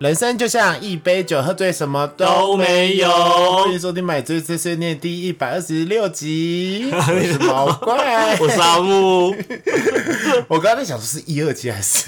人生就像一杯酒，喝醉什么都没有。欢迎收听《买醉碎碎念》第126集。我是毛怪， 我是阿木。 我刚才在想说是127还是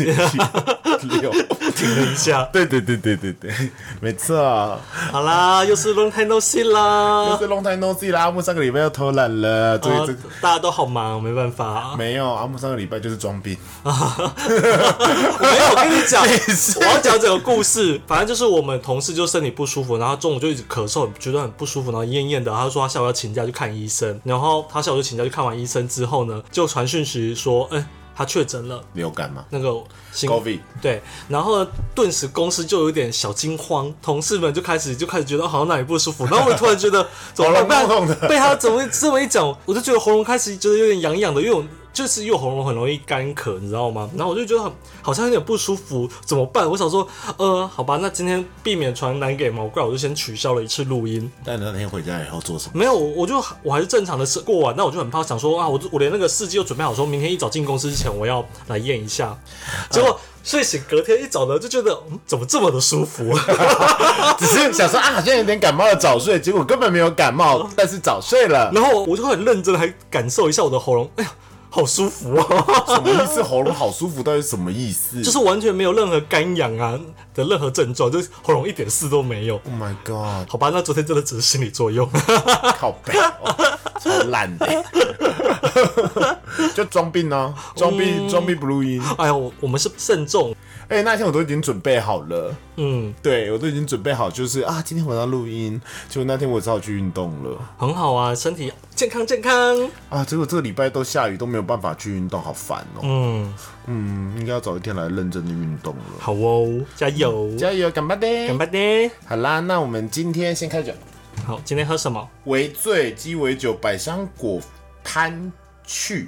126， 停了一下。 对，没错。 好啦，又是 long time no see 啦， 又是 long time no see 啦。阿木上个礼拜又偷懒了， 大家都好忙，没办法。 没有，阿木上个礼拜就是装病。 没有，我跟你讲，我要讲整个故事。反正就是我们同事就身体不舒服，然后中午就一直咳嗽，觉得很不舒服，然后厌厌的。他就说他下午要请假去看医生，然后他下午就请假去看完医生之后呢，就传讯息说，他确诊了流感吗？ 那个 COVID 对，然后呢，顿时公司就有点小惊慌，同事们就开始觉得好像哪里不舒服，然后我突然觉得怎么办？被他怎么这么一讲，我就觉得喉咙开始觉得有点痒痒的，因为我就是喉咙很容易干咳，你知道吗？然后我就觉得好像有点不舒服，怎么办？我想说，好吧，那今天避免传染给毛怪，我就先取消了一次录音。 但那天回家以后做什么？ 没有，我还是正常的过完，那我就很怕，想说啊，我连那个试剂都准备好，说明天一早进公司之前我要来验一下，结果。睡醒隔天一早呢，就觉得怎么这么的舒服？ 只是想说好像有点感冒的早睡，结果根本没有感冒，但是早睡了。 然后我就很认真的还感受一下我的喉咙，哎呀，好舒服哦！ 什么意思？喉咙好舒服，到底是什么意思？ 就是完全没有任何干痒啊的任何症状，就是喉咙一点事都没有。 Oh my god！ 好吧，那昨天真的只是心理作用。 靠北，超烂的。就装病呢，装病不录音。 哎呀，我们是慎重。 那天我都已经准备好了。对，我都已经准备好，就是今天晚上录音。结果那天我只好去运动了。 很好啊，身体健康结果这个礼拜都下雨，都没有办法去运动，好烦哦。应该要早一天来认真的运动了。 好哦，加油， 干巴爹。好啦，那我们今天先开酒。 好，今天喝什么？ 微醉鸡尾酒百香果潘趣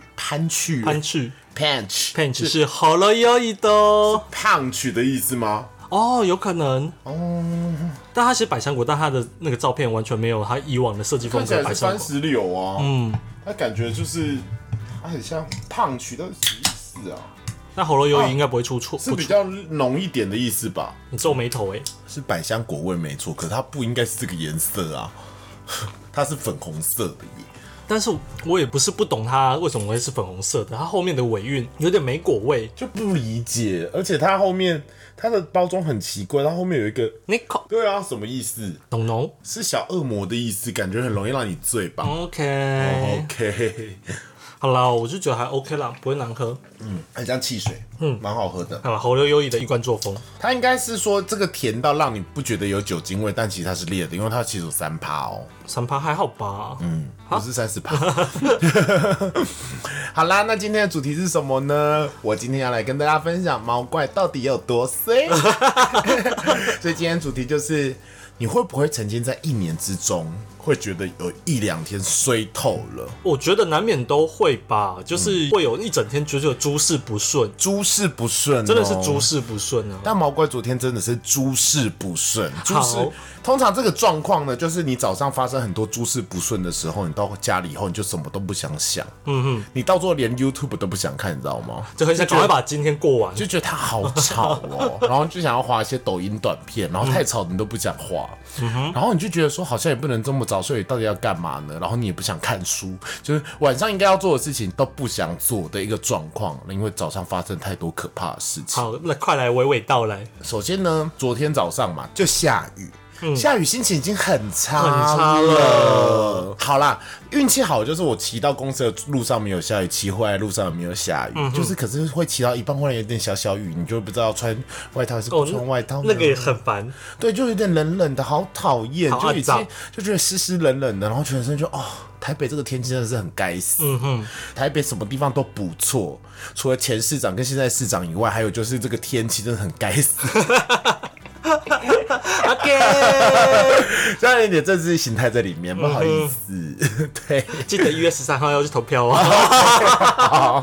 Punch 是好了有一的 punch 的意思吗？ 有可能但他写百香果，但他的那个照片完全没有他以往的设计风格。 看起来是番石榴啊，他感觉就是很像 punch 的什么意思啊？ 那喉咙鱿鱼应该不会出错， 是比较浓一点的意思吧？ 你皱眉头是百香果味没错，可是它不应该是这个颜色啊，它是粉红色的耶。 但是我也不是不懂它为什么会是粉红色的，它后面的尾韵有点莓果味， 就不理解。而且它后面它的包装很奇怪，它后面有一个 Nico， 对啊，什么意思？ 浓是小恶魔的意思，感觉很容易让你醉吧 ？OK， 好啦，我就觉得还 OK 啦，不会难喝。 很像汽水，蛮好喝的。 好了，优异的一贯作风。 它应该是说这个甜到让你不觉得有酒精味，但其实它是烈的，因为它其实有3%哦。 3%还好吧？ 不是30%。好啦，那今天的主题是什么呢？我今天要来跟大家分享毛怪到底有多衰。所以今天主题就是，你会不会曾经在1年之中会觉得有1-2天衰透了？ 我觉得难免都会吧，就是会有一整天觉得诸事不顺，真的是诸事不顺啊！ 但毛怪昨天真的是诸事不顺，通常这个状况呢，就是你早上发生很多诸事不顺的时候，你到家里以后你就什么都不想想，你到最后连 YouTube 都不想看，你知道吗？ 就很想赶快把今天过完， 就觉得它好吵哦，然后就想要滑一些抖音短片，然后太吵你都不想滑，然后你就觉得说好像也不能这么早睡，到底要干嘛呢？然后你也不想看书，就是晚上应该要做的事情都不想做的一个状况，因为早上发生太多可怕的事情。 好，那快来娓娓道来。 首先呢，昨天早上嘛就下雨。下雨心情已经很差了。好啦，运气好就是我骑到公司的路上没有下雨，骑回来的路上也没有下雨，就是可是会骑到一半忽然有点小雨，你就不知道穿外套还是不穿外套呢？ 那个也很烦。对， 就有点冷冷的，好讨厌，就已经就觉得湿冷冷的，然后全身就台北这个天气真的是很该死。台北什么地方都不错，除了前市长跟现在市长以外，还有就是这个天气真的很该死。OK， 这样有点政治形态在里面，不好意思。对， 记得1月13号要去投票啊。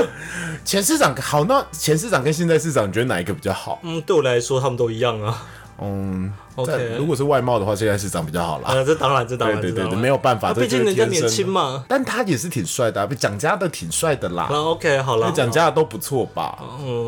前市长好，那前市长跟现在市长，你觉得哪一个比较好？ 对我来说他们都一样啊。 OK 如果是外貌的话，现在是长比较好啦。 这当然， 对，没有办法， 毕竟人家年轻嘛。 但他也是挺帅的、啊，蒋家的挺帅的啦。 OK， 好了， 蒋家的都不错吧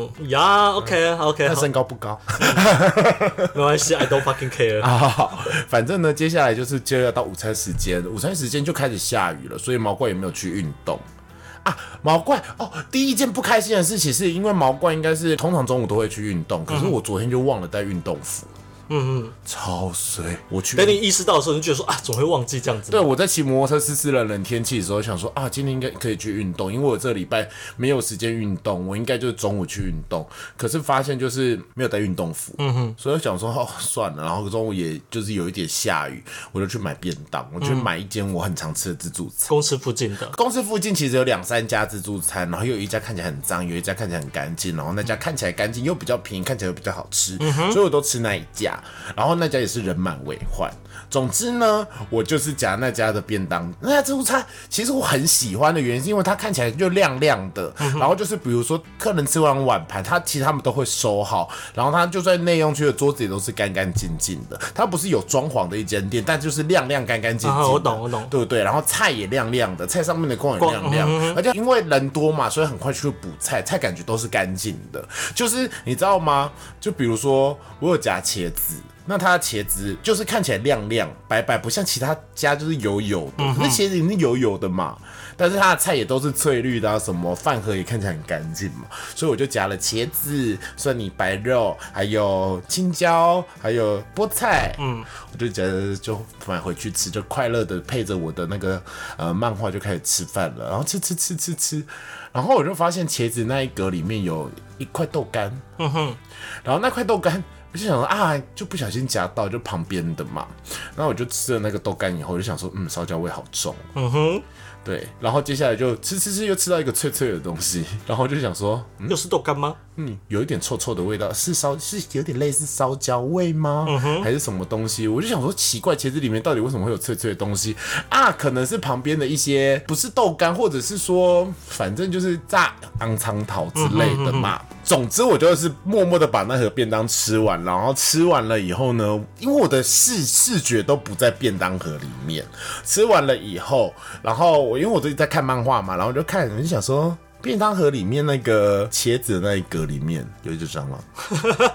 ？OK， 他身高不高， 没关系 ，I don't fucking care。 好，反正呢，接下来就要到午餐时间，午餐时间就开始下雨了，所以毛怪也没有去运动。毛怪第一件不开心的事情是因为毛怪应该是通常中午都会去运动，可是我昨天就忘了带运动服。超衰！我去， 等你意识到的时候，你就觉得说总会忘记这样子。 对，我在骑摩托车湿冷天气的时候，想说今天应该可以去运动，因为我这礼拜没有时间运动，我应该就是中午去运动。可是发现就是没有带运动服，所以我想说算了。然后中午也就是有一点下雨，我就去买便当，我去买一间我很常吃的自助餐。 公司附近的， 公司附近其实有2-3家自助餐，然后有一家看起来很脏，有一家看起来很干净，然后那家看起来干净又比较便宜，看起来又比较好吃，所以我都吃那一家。然后那家也是人满为患。总之呢，我就是夹那家的便当。那家自助餐其实我很喜欢的原因，是因为它看起来就亮亮的，然后就是比如说客人吃完碗盘，其实他们都会收好，然后他就在内用区的桌子也都是干干净净的。它不是有装潢的一间店，但就是亮亮干干净净的。 我懂， 对不对？然后菜也亮亮的，菜上面的光也亮亮，而且因为人多嘛，所以很快去补菜，菜感觉都是干净的。就是你知道吗？就比如说我有夹茄子。那它的茄子就是看起来亮亮白白，不像其他家就是油油的，可是茄子已经油油的嘛。但是它的菜也都是翠绿的什么饭盒也看起来很干净嘛，所以我就夹了茄子、蒜泥白肉，还有青椒，还有菠菜，我就就买回去吃，就快乐的配着我的那个漫画就开始吃饭了，然后吃，然后我就发现茄子那一格里面有一块豆干，然后那块豆干。我就想说就不小心夹到就旁边的嘛，然后我就吃了那个豆干以后，我就想说，烧焦味好重，对，然后接下来就吃又吃到一个脆脆的东西，然后就想说， 又是豆干吗？ 有一点臭臭的味道，是有点类似烧焦味吗？还是什么东西？我就想说奇怪，茄子里面到底为什么会有脆脆的东西可能是旁边的一些不是豆干，或者是说反正就是炸昂苍桃之类的嘛。总之我就是默默的把那盒便当吃完，然后吃完了以后呢，因为我的视觉都不在便当盒里面，吃完了以后，然后因为我最近在看漫画嘛，然后我就想说便当盒里面那个茄子的那一格里面有一只蟑螂，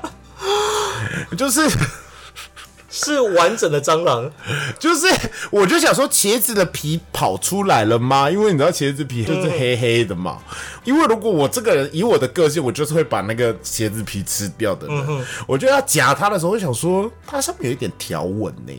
是完整的蟑螂， 我就想说茄子的皮跑出来了吗？因为你知道茄子皮就是黑黑的嘛。因为如果我这个人以我的个性，我就是会把那个茄子皮吃掉的人。我就要夹它的时候，我想说它上面有一点条纹呢。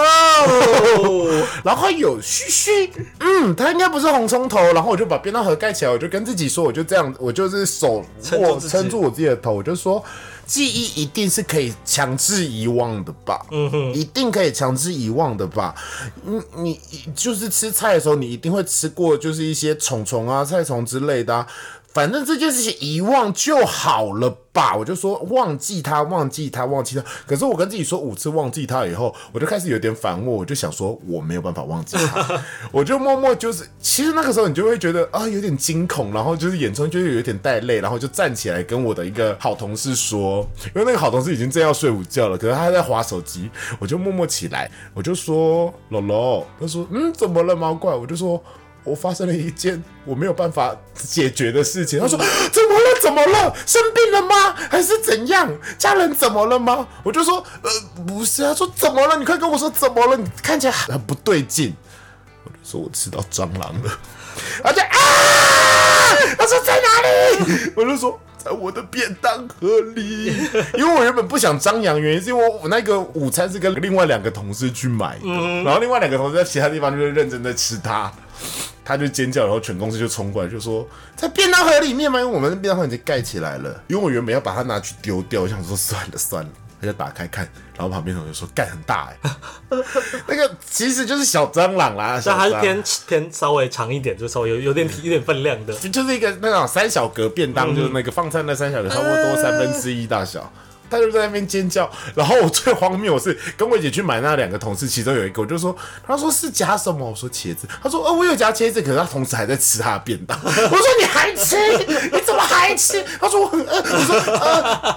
然后有须须，它应该不是红葱头。然后我就把便当盒盖起来，我就跟自己说，我就这样，我就是手撑住我自己的头，我就说。记忆一定是可以强制遗忘的吧？一定可以强制遗忘的吧？你就是吃菜的时候，你一定会吃过，就是一些虫菜虫之类的反正这件事情遗忘就好了吧，我就说忘记它。可是我跟自己说5次忘记它以后，我就开始有点反胃，我就想说我没有办法忘记它，我就默默其实那个时候你就会觉得有点惊恐，然后就是眼中就有点带泪，然后就站起来跟我的一个好同事说，因为那个好同事已经正要睡午觉了，可是他还在滑手机，我就默默起来，我就说柔柔，他说怎么了毛怪？我就说。我发生了一件我没有办法解决的事情。他说怎么了？生病了吗？还是怎样？家人怎么了吗？我就说不是。他说怎么了？你快跟我说怎么了？你看起来很不对劲。我就说我吃到蟑螂了。他就他说在哪里？我就说在我的便当盒里。因为我原本不想张扬，原因是因为我那个午餐是跟另外2个同事去买的，然后另外2个同事在其他地方就是认真在吃它。他就尖叫，然后全公司就冲过来，就说在便当盒里面吗？因为我们的便当盒已经盖起来了。因为我原本要把它拿去丢掉，我想说算了，他就打开看，然后旁边同学说干很大那个其实就是小蟑螂啦， 但它是偏稍微长一点，就稍微有点分量的， 就是一个那种3小格便当，就是那个放菜那3小格，差不多1/3大小。他就在那边尖叫，然后我最荒谬的是跟我一起去买那2个同事，其中有一个我就说，他说是夹什么？我说茄子。他说我有夹茄子，可是他同时还在吃他的便当。我说你还吃？你怎么还吃？他说我很饿。我说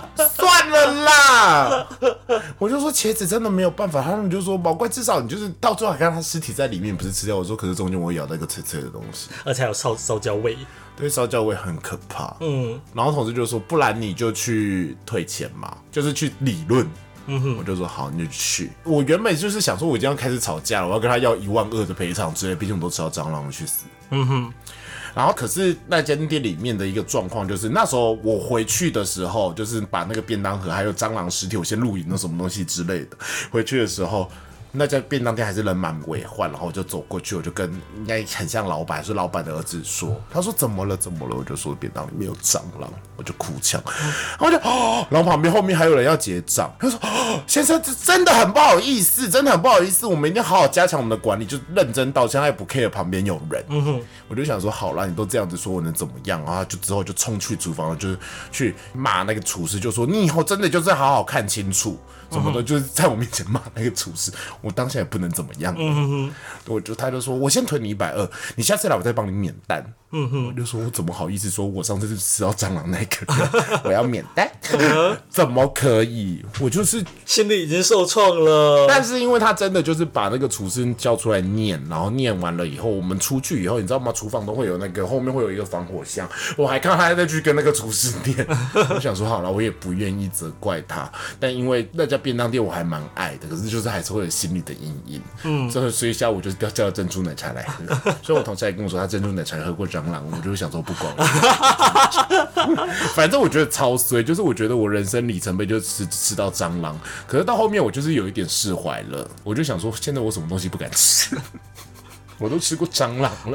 算了啦。我就说茄子真的没有办法，他们就说毛怪至少你就是到最后还看到他尸体在里面，不是吃掉。我说可是中间我会咬到一个脆脆的东西， 而且还有烧焦味。 对，烧焦味很可怕。然后同事就说不然你就去退钱嘛，就是去理论。我就说好，你就去。我原本就是想说，我已经要开始吵架了，我要跟他要12000的赔偿之类，毕竟我都吃到蟑螂去死。然后可是那间店里面的一个状况就是，那时候我回去的时候，就是把那个便当盒还有蟑螂尸体，我先录影了什么东西之类的。回去的时候，那家便当店还是人满为患，然后我就走过去，我就跟应该很像老板，是老板的儿子说，他说怎么了？我就说便当里面有蟑螂，我就哭腔，然后然后后面还有人要结账，他说先生真的很不好意思，我们一定好好加强我们的管理，就认真道歉，他也不 care 旁边有人。我就想说好啦，你都这样子说，我能怎么样？然后就之后就冲去厨房，就是去骂那个厨师，就说你以后真的就是好好看清楚。什么的，就是在我面前骂那个厨师，我当下也不能怎么样。他就说，我先退你120，你下次来我再帮你免单。我就说，我怎么好意思说，我上次是吃到蟑螂那个人，我要免单，怎么可以？我就是心里已经受创了。 但是因为他真的就是把那个厨师叫出来念，然后念完了以后，我们出去以后，你知道吗？厨房都会有那个后面会有一个防火箱，我还看他再去跟那个厨师念。我想说好了，我也不愿意责怪他，但因为那家便当店我还蛮爱的，可是就是还是会有心理的阴影。所以下午就叫了珍珠奶茶来喝。所以我同事还跟我说，他珍珠奶茶喝过蟑螂，我就想说不管了。反正我觉得超衰，就是我觉得我人生里程碑就是吃到蟑螂，可是到后面我就是有一点释怀了，我就想说现在我什么东西不敢吃。我都吃过蟑螂了。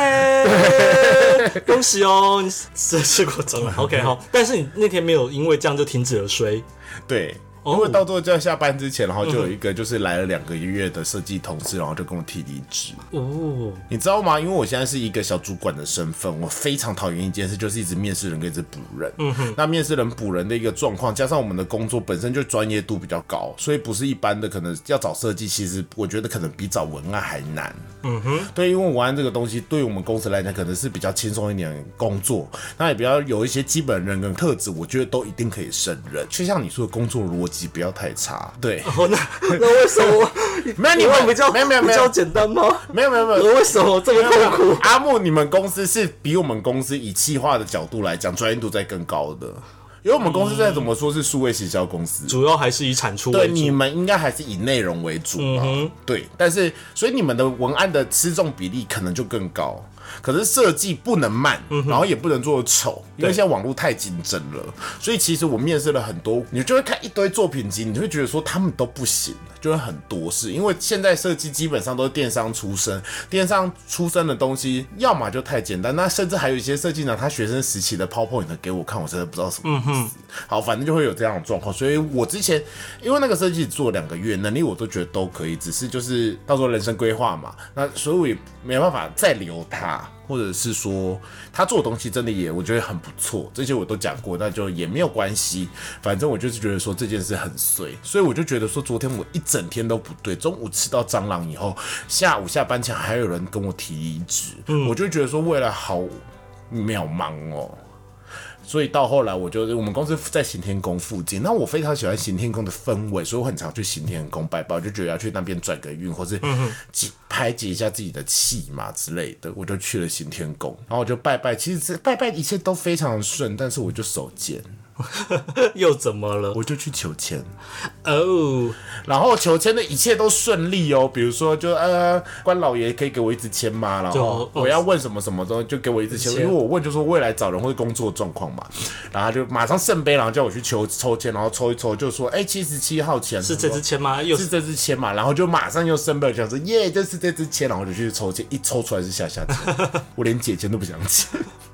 OK， 恭喜哦，你吃过蟑螂。OK， 好，但是你那天没有因为这样就停止了睡。 对。因为到最后就要下班之前，然后就有一个就是来了2个月的设计同事，然后就跟我提离职。你知道吗？因为我现在是一个小主管的身份，我非常讨厌一件事，就是一直面试人跟一直补人。那面试人补人的一个状况，加上我们的工作本身就专业度比较高，所以不是一般的可能要找设计，其实我觉得可能比找文案还难。对，因为文案这个东西对于我们公司来讲可能是比较轻松一点的工作，那也比较有一些基本人跟特质，我觉得都一定可以胜任。就像你说的工作逻辑不要太差，对。 那为什么？ 没有你们比较简单吗？ 没有， 为什么这么痛苦？ 阿木，你们公司是比我们公司以企划的角度来讲，专业度在更高的。因为我们公司再怎么说是数位行销公司， 主要还是以产出为主。 对，你们应该还是以内容为主嘛。对，但是所以你们的文案的吃重比例可能就更高。可是设计不能慢，然后也不能做丑，因为现在网络太竞争了。所以其实我面试了很多，你就会看一堆作品集，你就会觉得说他们都不行，就会很多事。因为现在设计基本上都是电商出身，电商出身的东西，要么就太简单，那甚至还有一些设计呢，他学生时期的 PowerPoint 给我看，我真的不知道什么意思。好，反正就会有这样的状况。所以我之前因为那个设计做2个月，能力我都觉得都可以，只是就是到时候人生规划嘛，那所以我也没办法再留他。或者是说他做的东西真的也我觉得很不错，这些我都讲过，那就也没有关系，反正我就是觉得说这件事很衰，所以我就觉得说昨天我一整天都不对，中午吃到蟑螂以后，下午下班前还有人跟我提离职，我就觉得说未来好渺茫哦。所以到后来，我们公司在行天宫附近，那我非常喜欢行天宫的氛围，所以我很常去行天宫拜拜，我就觉得要去那边转个运，或是排解一下自己的气嘛之类的，我就去了行天宫，然后我就拜拜，其实拜拜一切都非常顺，但是我就手贱。 又怎么了？ 我就去求签哦， 然后求签的一切都顺利哦。比如说就，关老爷可以给我一支签吗？然后我要问什么什么的，就给我一支签，因为我问就说未来找人或者工作状况嘛。然后他就马上圣杯，然后叫我去抽签，然后抽一抽就说，77号签是这支签吗？ 是这支签嘛？然后就马上又圣杯，讲说耶，这是这支签，然后就去抽签，一抽出来是下签，我连解签都不想解。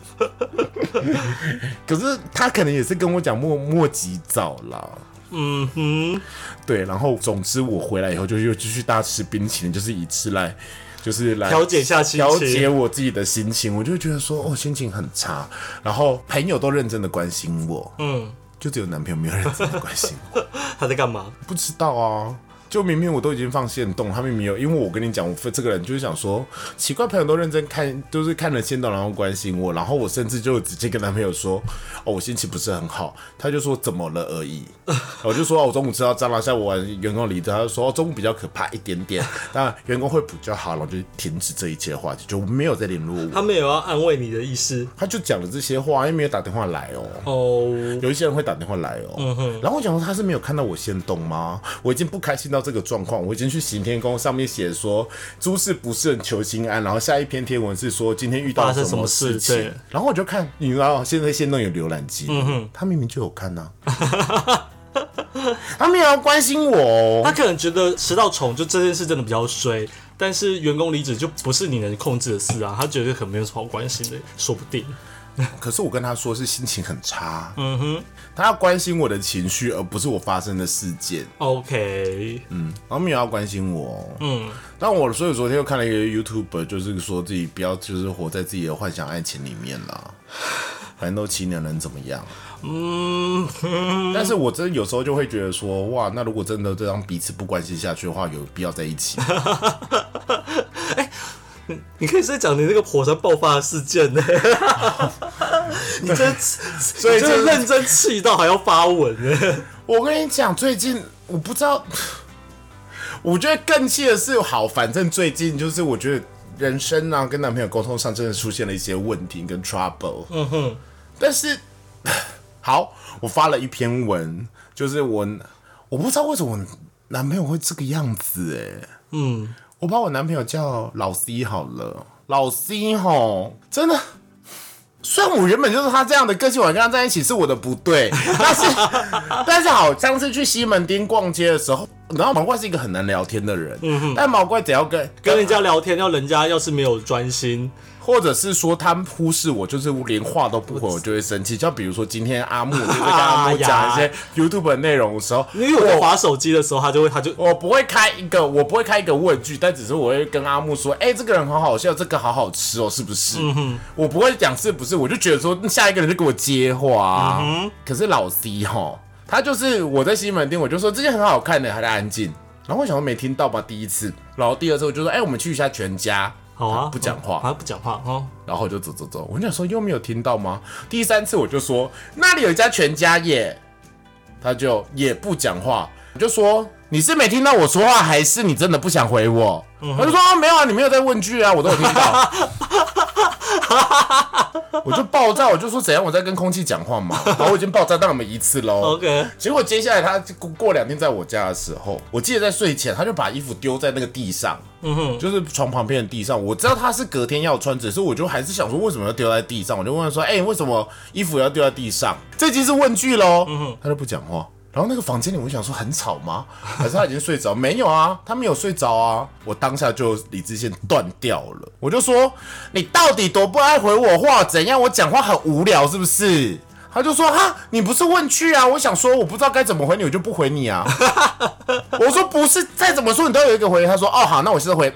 可是他可能也是跟我讲莫及早啦。对，然后总之我回来以后就又继续大吃冰淇淋，就是以吃来就是来调节一下心情， 调节我自己的心情。我就觉得说心情很差，然后朋友都认真的关心我，就只有男朋友没有认真的关心我。 他在干嘛？ 不知道啊。 就明明我都已经放限动，他明明有，因为我跟你讲，我这个人就是想说，奇怪，朋友都认真看，都是看了限动然后关心我，然后我甚至就直接跟男朋友说，哦，我心情不是很好，他就说怎么了而已，我就说我中午吃到蟑螂，下午玩员工离职，他就说中午比较可怕一点点，当然员工会比较好，然后就停止这一切话题，就没有再联络我。 他没有要安慰你的意思， 他就讲了这些话，又没有打电话来有一些人会打电话来然后我讲说他是没有看到我限动吗？我已经不开心到这个状况，我已经去行天宫上面写说诸事不顺求心安，然后下一篇贴文是说今天遇到什么事情，然后我就看，你知道现在限动有浏览器，他明明就有看啊。他没有要关心我他可能觉得吃到虫就这件事真的比较衰，但是员工离职就不是你能控制的事啊，他觉得可能没有什么好关心的，说不定。 可是我跟他说是心情很差，他要关心我的情绪，而不是我发生的事件。 OK， 然后没有要关心我，但我所以昨天又看了一个 YouTuber， 就是说自己不要就是活在自己的幻想爱情里面啦，反正都7年能怎么样？但是我真的有时候就会觉得说，哇，那如果真的这样彼此不关心下去的话，有必要在一起？ 你可以再讲你那个火山爆发的事件呢？你真，所以真认真气到还要发文呢。 我跟你讲，最近我不知道，我觉得更气的是，好，反正最近就是我觉得人生啊，跟男朋友沟通上真的出现了一些问题跟 trouble。但是好，我发了一篇文，就是我不知道为什么我男朋友会这个样子我把我男朋友叫老 C 好了，老 C 吼，真的。虽然我原本就是他这样的个性，我跟他在一起是我的不对，但是好，上次去西门町逛街的时候，然后毛怪是一个很难聊天的人，但毛怪只要跟人家聊天，人家要是没有专心， 或者是说他忽视我，就是连话都不回，我就会生气。就比如说今天阿木，我就在跟阿木讲一些 YouTube 的内容的时候， 因为我在滑手机的时候，他就我不会开一个问句，但只是我会跟阿木说，这个人好好笑，这个好好吃哦，是不是？我不会讲是不是，我就觉得说下一个人就给我接话可是老 C 哈，他就是我在西门町，我就说这件很好看的，还在安静。然后我想说没听到吧，第一次，然后第二次我就说，我们去一下全家。 好啊， 不讲话， 不讲话然后就走。我想说又没有听到吗？第三次我就说那里有一家全家耶，他就也不讲话。我就说你是没听到我说话，还是你真的不想回我？他就说没有啊，你没有在问句啊，我都有听到。我就爆炸，我就说怎样我在跟空气讲话嘛，然后我已经爆炸到你们一次喽。 OK， 结果接下来他过2天在我家的时候，我记得在睡前他就把衣服丢在那个地上，就是床旁边的地上。我知道他是隔天要穿，只是我就还是想说为什么要丢在地上，我就问他说，为什么衣服要丢在地上？这已经是问句喽。他就不讲话。然后那个房间里，我想说很吵吗？还是他已经睡着？没有啊，他没有睡着啊。我当下就理智线断掉了，我就说你到底多不爱回我话？怎样？我讲话很无聊是不是？他就说你不是问句啊？我想说我不知道该怎么回你，我就不回你啊。我说不是，再怎么说你都有一个回。他说好，那我现在回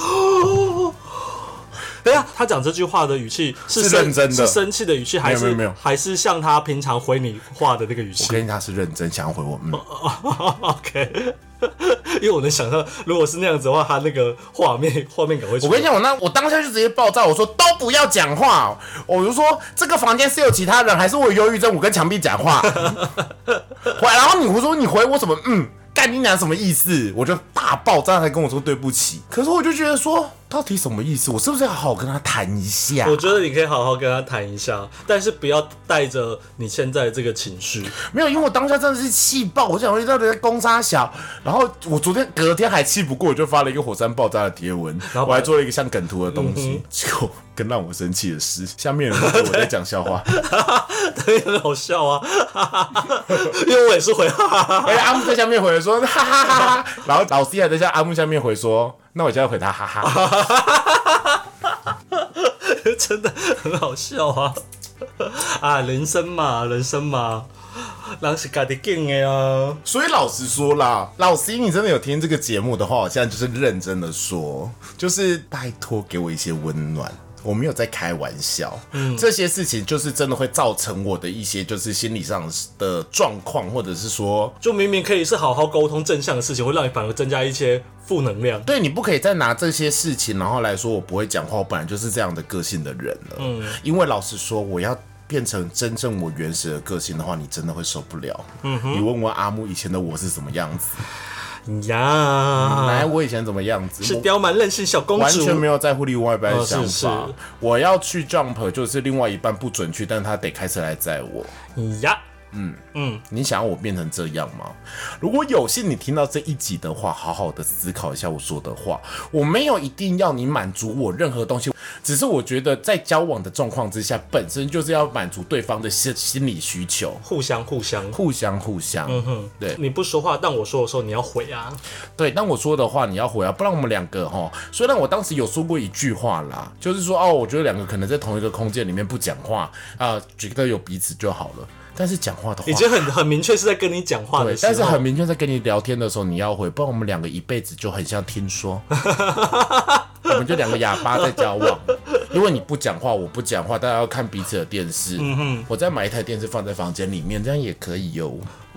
等一下，他讲这句话的语气是认真的， 是生气的语气，还是没有， 还是像他平常回你话的那个语气？ 我跟他是认真想要回我 OK， 因为我能想象，如果是那样子的话，他那个画面感会出来。 我跟你讲，我当下就直接爆炸，我说都不要讲话，我就说这个房间是有其他人，还是我有忧郁症？我跟墙壁讲话，然后我说你回我什么？干你娘什么意思？我就大爆炸，才跟我说对不起。可是我就觉得说，到底什么意思？我是不是要好好跟他谈一下？ 我觉得你可以好好跟他谈一下，但是不要带着你现在这个情绪。 没有，因为我当下真的是气爆，我想我到底在攻杀小。然后我隔天还气不过，我就发了一个火山爆炸的贴文，然后我还做了一个像梗图的东西。结果更让我生气的是，下面人都觉得我在讲笑话， 对，很好笑啊，因为我也是回而且阿木在下面回说哈哈哈哈，然后老 C 还在阿木下面回说，那我就要回他哈哈， 真的很好笑啊！人生嘛，人是自己选的啊。 所以老实说啦，老 C 你真的有听这个节目的话，我现在就是认真的说，就是拜托给我一些温暖。 我没有在开玩笑，这些事情就是真的会造成我的一些就是心理上的状况，或者是说， 就明明可以是好好沟通正向的事情，会让你反而增加一些负能量。 对，你不可以再拿这些事情，然后来说我不会讲话，我本来就是这样的个性的人了。因为老实说，我要变成真正我原始的个性的话，你真的会受不了。你问问阿木以前的我是什么样子。来，我以前怎么样子？ 是刁蛮任性小公主， 完全没有在乎另外一半的想法。 是我要去 jump， 就是另外一半不准去，但是他得开车来载我。你想要我变成这样吗？如果有幸你听到这一集的话，好好的思考一下我说的话。我没有一定要你满足我任何东西，只是我觉得在交往的状况之下，本身就是要满足对方的心理需求，互相。对， 你不说话，但我说的时候你要回啊。 对，当我说的话你要回啊，不然我们两个虽然我当时有说过一句话啦，就是说我觉得两个可能在同一个空间里面不讲话觉得有彼此就好了。但是讲话的话， 已经很明确是在跟你讲话的时候， 对，但是很明确在跟你聊天的时候你要回，不然我们两个一辈子就很像听说，我们就两个哑巴在交往。因为你不讲话，我不讲话，大家要看彼此的电视。我再买一台电视放在房间里面，这样也可以哟。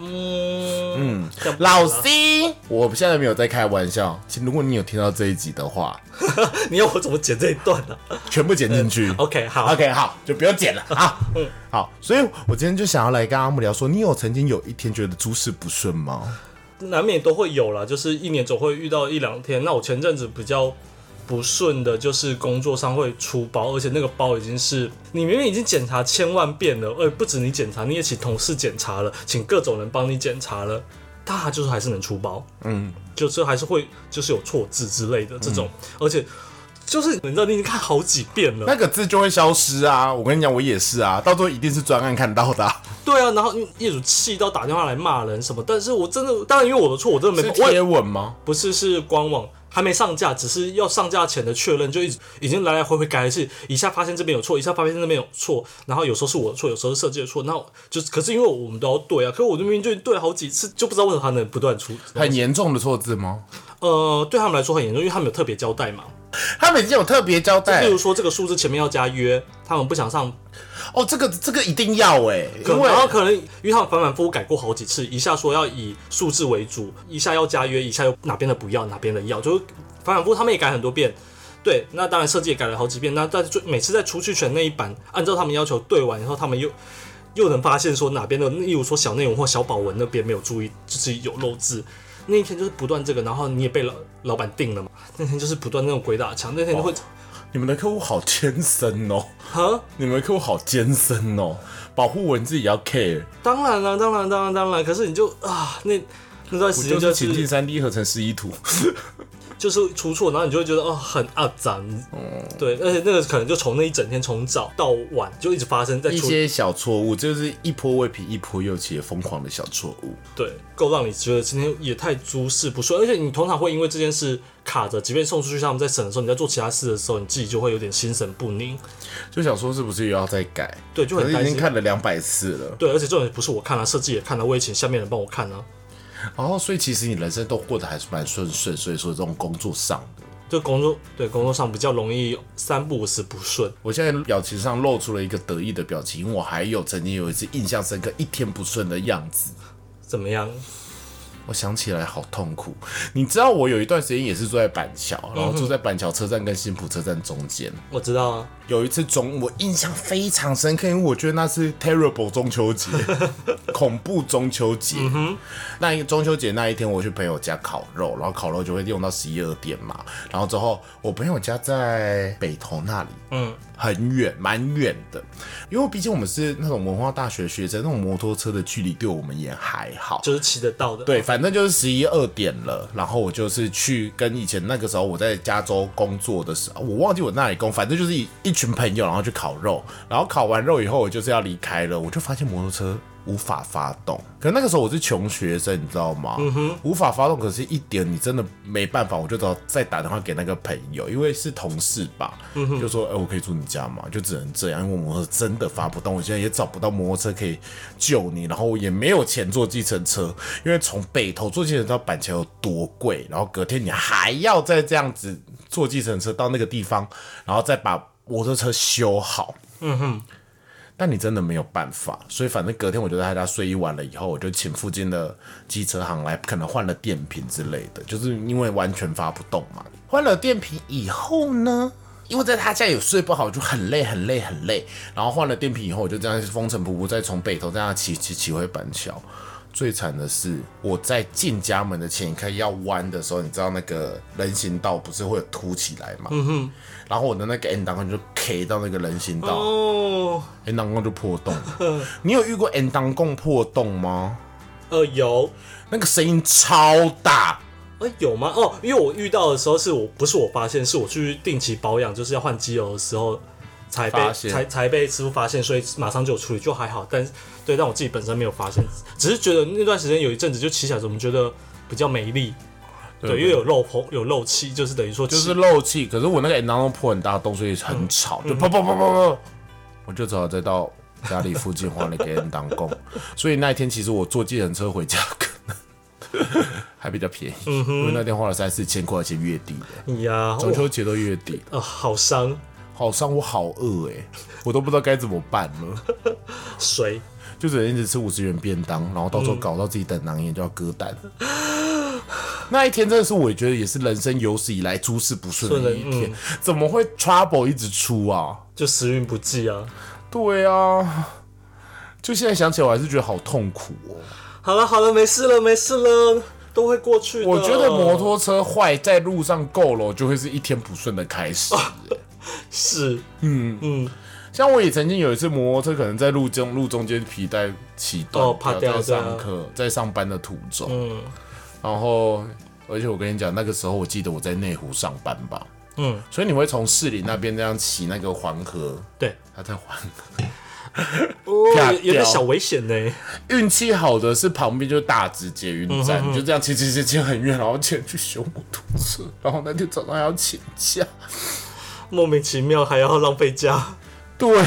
老 C， 我现在没有在开玩笑。如果你有听到这一集的话， 你要我怎么剪这一段呢？ 全部剪进去。 OK， 好， 就不用剪了。好，所以我今天就想要来跟阿木聊说，你有曾经有一天觉得诸事不顺吗？ 难免都会有啦，就是一年总会遇到一两天。那我前阵子比较不顺的就是工作上会出包，而且那个包已经是你明明已经检查千万遍了，不止你检查，你也请同事检查了，请各种人帮你检查了，但他就是还是能出包，就是还是会就是有错字之类的这种，而且就是你知道你已经看好几遍了， 那个字就会消失啊！我跟你讲，我也是啊，到最后一定是专案看到的。 对啊，然后业主气到打电话来骂人什么，但是我真的，当然因为我的错，我真的没是贴文吗？ 不是，是官网。还没上架，只是要上架前的确认，就已经来来回回改一次，一下发现这边有错，一下发现那边有错，然后有时候是我的错，有时候是设计的错，然后可是因为我们都要对啊，可是我明明就对了好几次，就不知道为什么他能不断出很严重的错字吗？ 对他们来说很严重，因为他们有特别交代嘛。 他们已经有特别交代， 例如说这个数字前面要加约，他们不想上。 这个一定要然后可能因为他们反反复复改过好几次，一下说要以数字为主，一下要加约，一下又哪边的不要，哪边的要，就是反反复复他们也改很多遍。对，那当然设计也改了好几遍。那但每次在出去权那一版，按照他们要求对完以后，他们又能发现说哪边的，例如说小内容或小保文那边没有注意，就是有漏字。那一天就是不断这个，然后你也被老板定了嘛。那天就是不断那种鬼打墙，那天就会。 你们的客户好艰深哦！你们的客户好艰深哦！保护文字也要 care。当然了。可是你就那段时间就是情境3D 合成示意图。 就是出错，然后你就会觉得很肮脏，对，而且那个可能就从那一整天从早到晚就一直发生在一些小错误，就是一波未平一波又起的疯狂的小错误， 对，够让你觉得今天也太诸事不顺，而且你通常会因为这件事卡着，即便送出去他们在审的时候，你在做其他事的时候，你自己就会有点心神不宁， 就想说是不是又要再改？ 对，就很担心， 可是已经看了200次了， 对，而且重点不是我看啊，设计也看了，我也请下面人帮我看啊。 所以其实你人生都过得还是蛮顺，所以说这种工作上的， 就工作上比较容易3不5时不顺。 我现在表情上露出了一个得意的表情，因为我还有曾经有一次印象深刻，一天不顺的样子。 怎么样？ 我想起来好痛苦。你知道我有一段时间也是住在板桥，然后住在板桥车站跟新埔车站中间。 我知道啊。 有一次我印象非常深刻，因为我觉得那是 terrible 中秋节，恐怖中秋节。那中秋节那一天，我去朋友家烤肉，然后烤肉就会用到11、2点嘛。然后之后，我朋友家在北投那里，很远，蛮远的。因为毕竟我们是那种文化大学学生，那种摩托车的距离对我们也还好， 就是骑得到的。 对，反正就是11、2点了。然后我就是去跟以前那个时候我在加州工作的时候，我忘记我那里工，反正就是一群朋友，然后去烤肉。然后烤完肉以后，我就是要离开了，我就发现摩托车无法发动。可是那个时候我是穷学生，你知道吗？无法发动，可是一点你真的没办法，我就只好再打电话给那个朋友，因为是同事吧，就说我可以住你家吗？就只能这样，因为摩托车真的发不动，我现在也找不到摩托车可以救你，然后我也没有钱坐计程车，因为从北投坐计程车到板桥有多贵，然后隔天你还要再这样子坐计程车到那个地方，然后再把摩托车修好。但你真的没有办法，所以反正隔天我就在他家睡一晚了以后，我就请附近的机车行来，可能换了电瓶之类的，就是因为完全发不动嘛。换了电瓶以后呢，因为在他家也睡不好，就很累。然后换了电瓶以后，我就这样风尘仆仆再从北投这样骑回板桥。最惨的是，我在进家门的前一刻要弯的时候，你知道那个人行道不是会有凸起来吗？然后我的那个 N 档弓就 K 到那个人行道，N 档弓就破洞了。你有遇过 N 档弓破洞吗？ 有， 那个声音超大。 有吗？因为我遇到的时候不是我发现，是我去定期保养，就是要换机油的时候才被师傅发现，所以马上就有处理，就还好。但我自己本身没有发现，只是觉得那段时间有一阵子就骑起来怎么觉得比较没力。对，因为有漏气，就是等于说就是漏气。可是我那个 N 档弓破很大洞，所以很吵，就砰，我就只好再到家里附近换了个 N 档弓。所以那一天其实我坐计程车回家可能还比较便宜，因为那天花了3-4千块钱月底的呀， 中秋节都月底， 好伤， 我好饿我都不知道该怎么办了。 水就只能一直吃50元便当，然后到时候搞到自己等囊炎就要割蛋。那一天真的是我觉得也是人生有史以来诸事不顺的一天，怎么会 trouble 一直出啊？ 就时运不济啊。 对啊，就现在想起来我还是觉得好痛苦哦。 好了，没事了，都会过去的。 我觉得摩托车坏在路上够了，就会是一天不顺的开始。 是， 像我也曾经有一次摩托车可能在路中间皮带起断， 怕掉， 在上课在上班的途中，然后而且我跟你讲，那个时候我记得我在内湖上班吧，所以你会从士林那边这样骑那个环河， 对， 他在环河。 有点小危险呢。 运气好的是旁边就是大直捷运站，你就这样骑很远，然后前去修摩托车，然后那天早上还要请假， 莫名其妙还要浪费假。 对，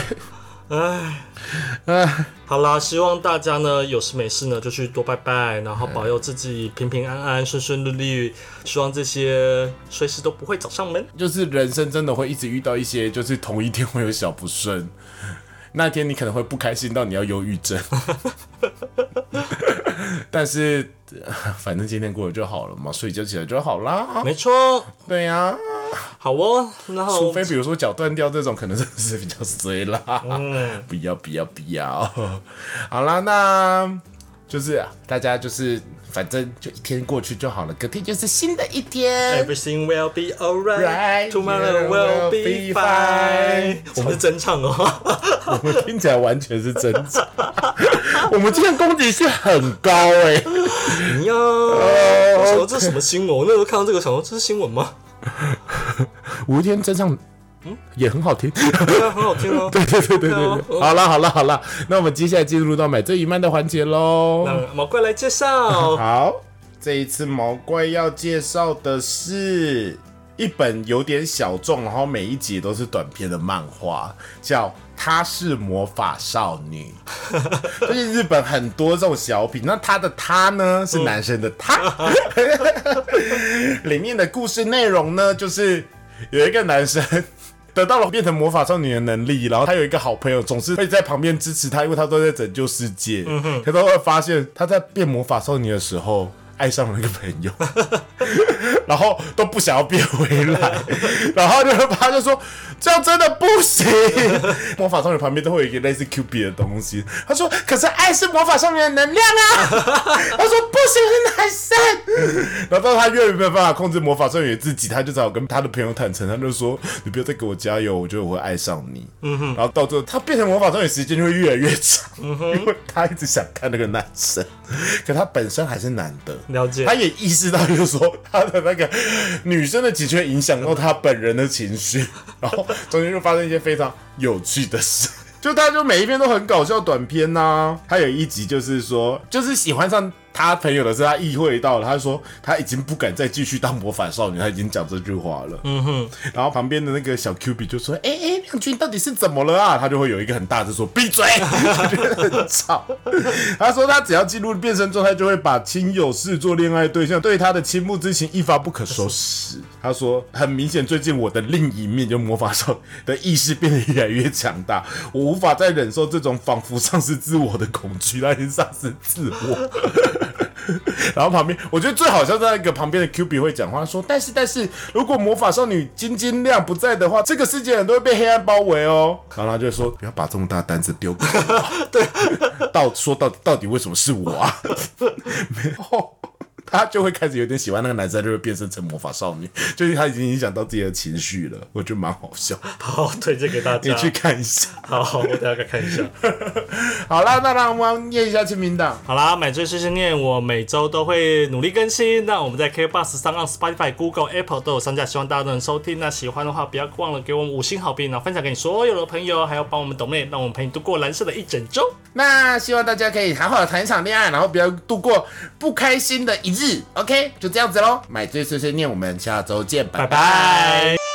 好啦，希望大家呢有事没事呢就去多拜拜，然后保佑自己平平安安、顺利，希望这些随时都不会找上门。 就是人生真的会一直遇到一些，就是同一天会有小不顺。那天你可能会不开心到你要忧郁症，但是反正今天过了就好了嘛，睡觉起来就好啦。 没错， 对呀， 好哦。然后除非比如说脚断掉这种，可能真的是比较衰啦。不要。好啦，那就是大家就是反正就一天过去就好了，隔天就是新的一天。 Everything will be alright, tomorrow will be fine。我们是真唱哦， 我们听起来完全是真唱。我们今天攻击性很高你呀，我想说这是什么新闻？我那时候看到这个，想说这是新闻吗？ 五天真唱。也很好听， 对啊，很好听哦。 对，好了，那我们接下来进入到买醉一漫的环节喽。 那毛怪来介绍。 好，这一次毛怪要介绍的是一本有点小众，然后每一集都是短篇的漫画，叫《她是魔法少女》。就是日本很多这种小品，那她的她呢是男生的他。里面的故事内容呢，就是有一个男生得到了变成魔法少女的能力，然后他有一个好朋友总是会在旁边支持他，因为他都在拯救世界。可他会发现他在变魔法少女的时候爱上了那个朋友，然后都不想要变回来，然后他就说这样真的不行。魔法少女旁边都会有一个类似 QB 的东西，他说可是爱是魔法少女的能量啊。他说不行，是男生。然后到他越没有办法控制魔法少女的自己，他就只好跟他的朋友坦诚，他就说你不要再给我加油，我觉得我会爱上你。然后到最后他变成魔法少女时间就会越来越长，因为他一直想看那个男生，可他本身还是男的。 了解， 他也意识到，就是说他的那个女生的情绪影响到他本人的情绪，然后中间就发生一些非常有趣的事。就他就每一篇都很搞笑短篇呐，他有一集就是说，就是喜欢上他朋友的是他意会到了，他说他已经不敢再继续当魔法少女，他已经讲这句话了。然后旁边的那个小 Q 比就说：“亮君到底是怎么了啊？”他就会有一个很大的说：“闭嘴！”我觉得很吵。他说他只要进入变身状态，就会把亲友视作恋爱对象，对他的倾慕之情一发不可收拾。他说很明显，最近我的另一面就魔法少女的意识变得越来越强大，我无法再忍受这种仿佛丧失自我的恐惧，他已经丧失自我。然后旁边，我觉得最好笑在那个旁边的 Q B 会讲话说：“但是，如果魔法少女晶晶亮不在的话，这个世界人都会被黑暗包围哦。”然后他就说：“不要把这么大的单子丢给我。”对，到底为什么是我啊？没有。他就会开始有点喜欢那个男生，就会变身成魔法少女，就是他已经影响到自己的情绪了，我觉得蛮好笑。 好，推荐给大家， 你去看一下。 好，我等一下看一下。 好啦，那让我们念一下签名档。 好啦，买醉碎碎念，我每周都会努力更新。那我们在 KKBOX、SoundOn、Spotify、Google、Apple 都有上架，希望大家都能收听。那喜欢的话，不要忘了给我们5星好评，然后分享给你所有的朋友，还要帮我们抖内，让我们陪你度过蓝色的一整周。 那希望大家可以好好的谈一场恋爱，然后不要度过不开心的一日。OK， 就这样子咯。买醉碎碎念，我们下周见，拜拜。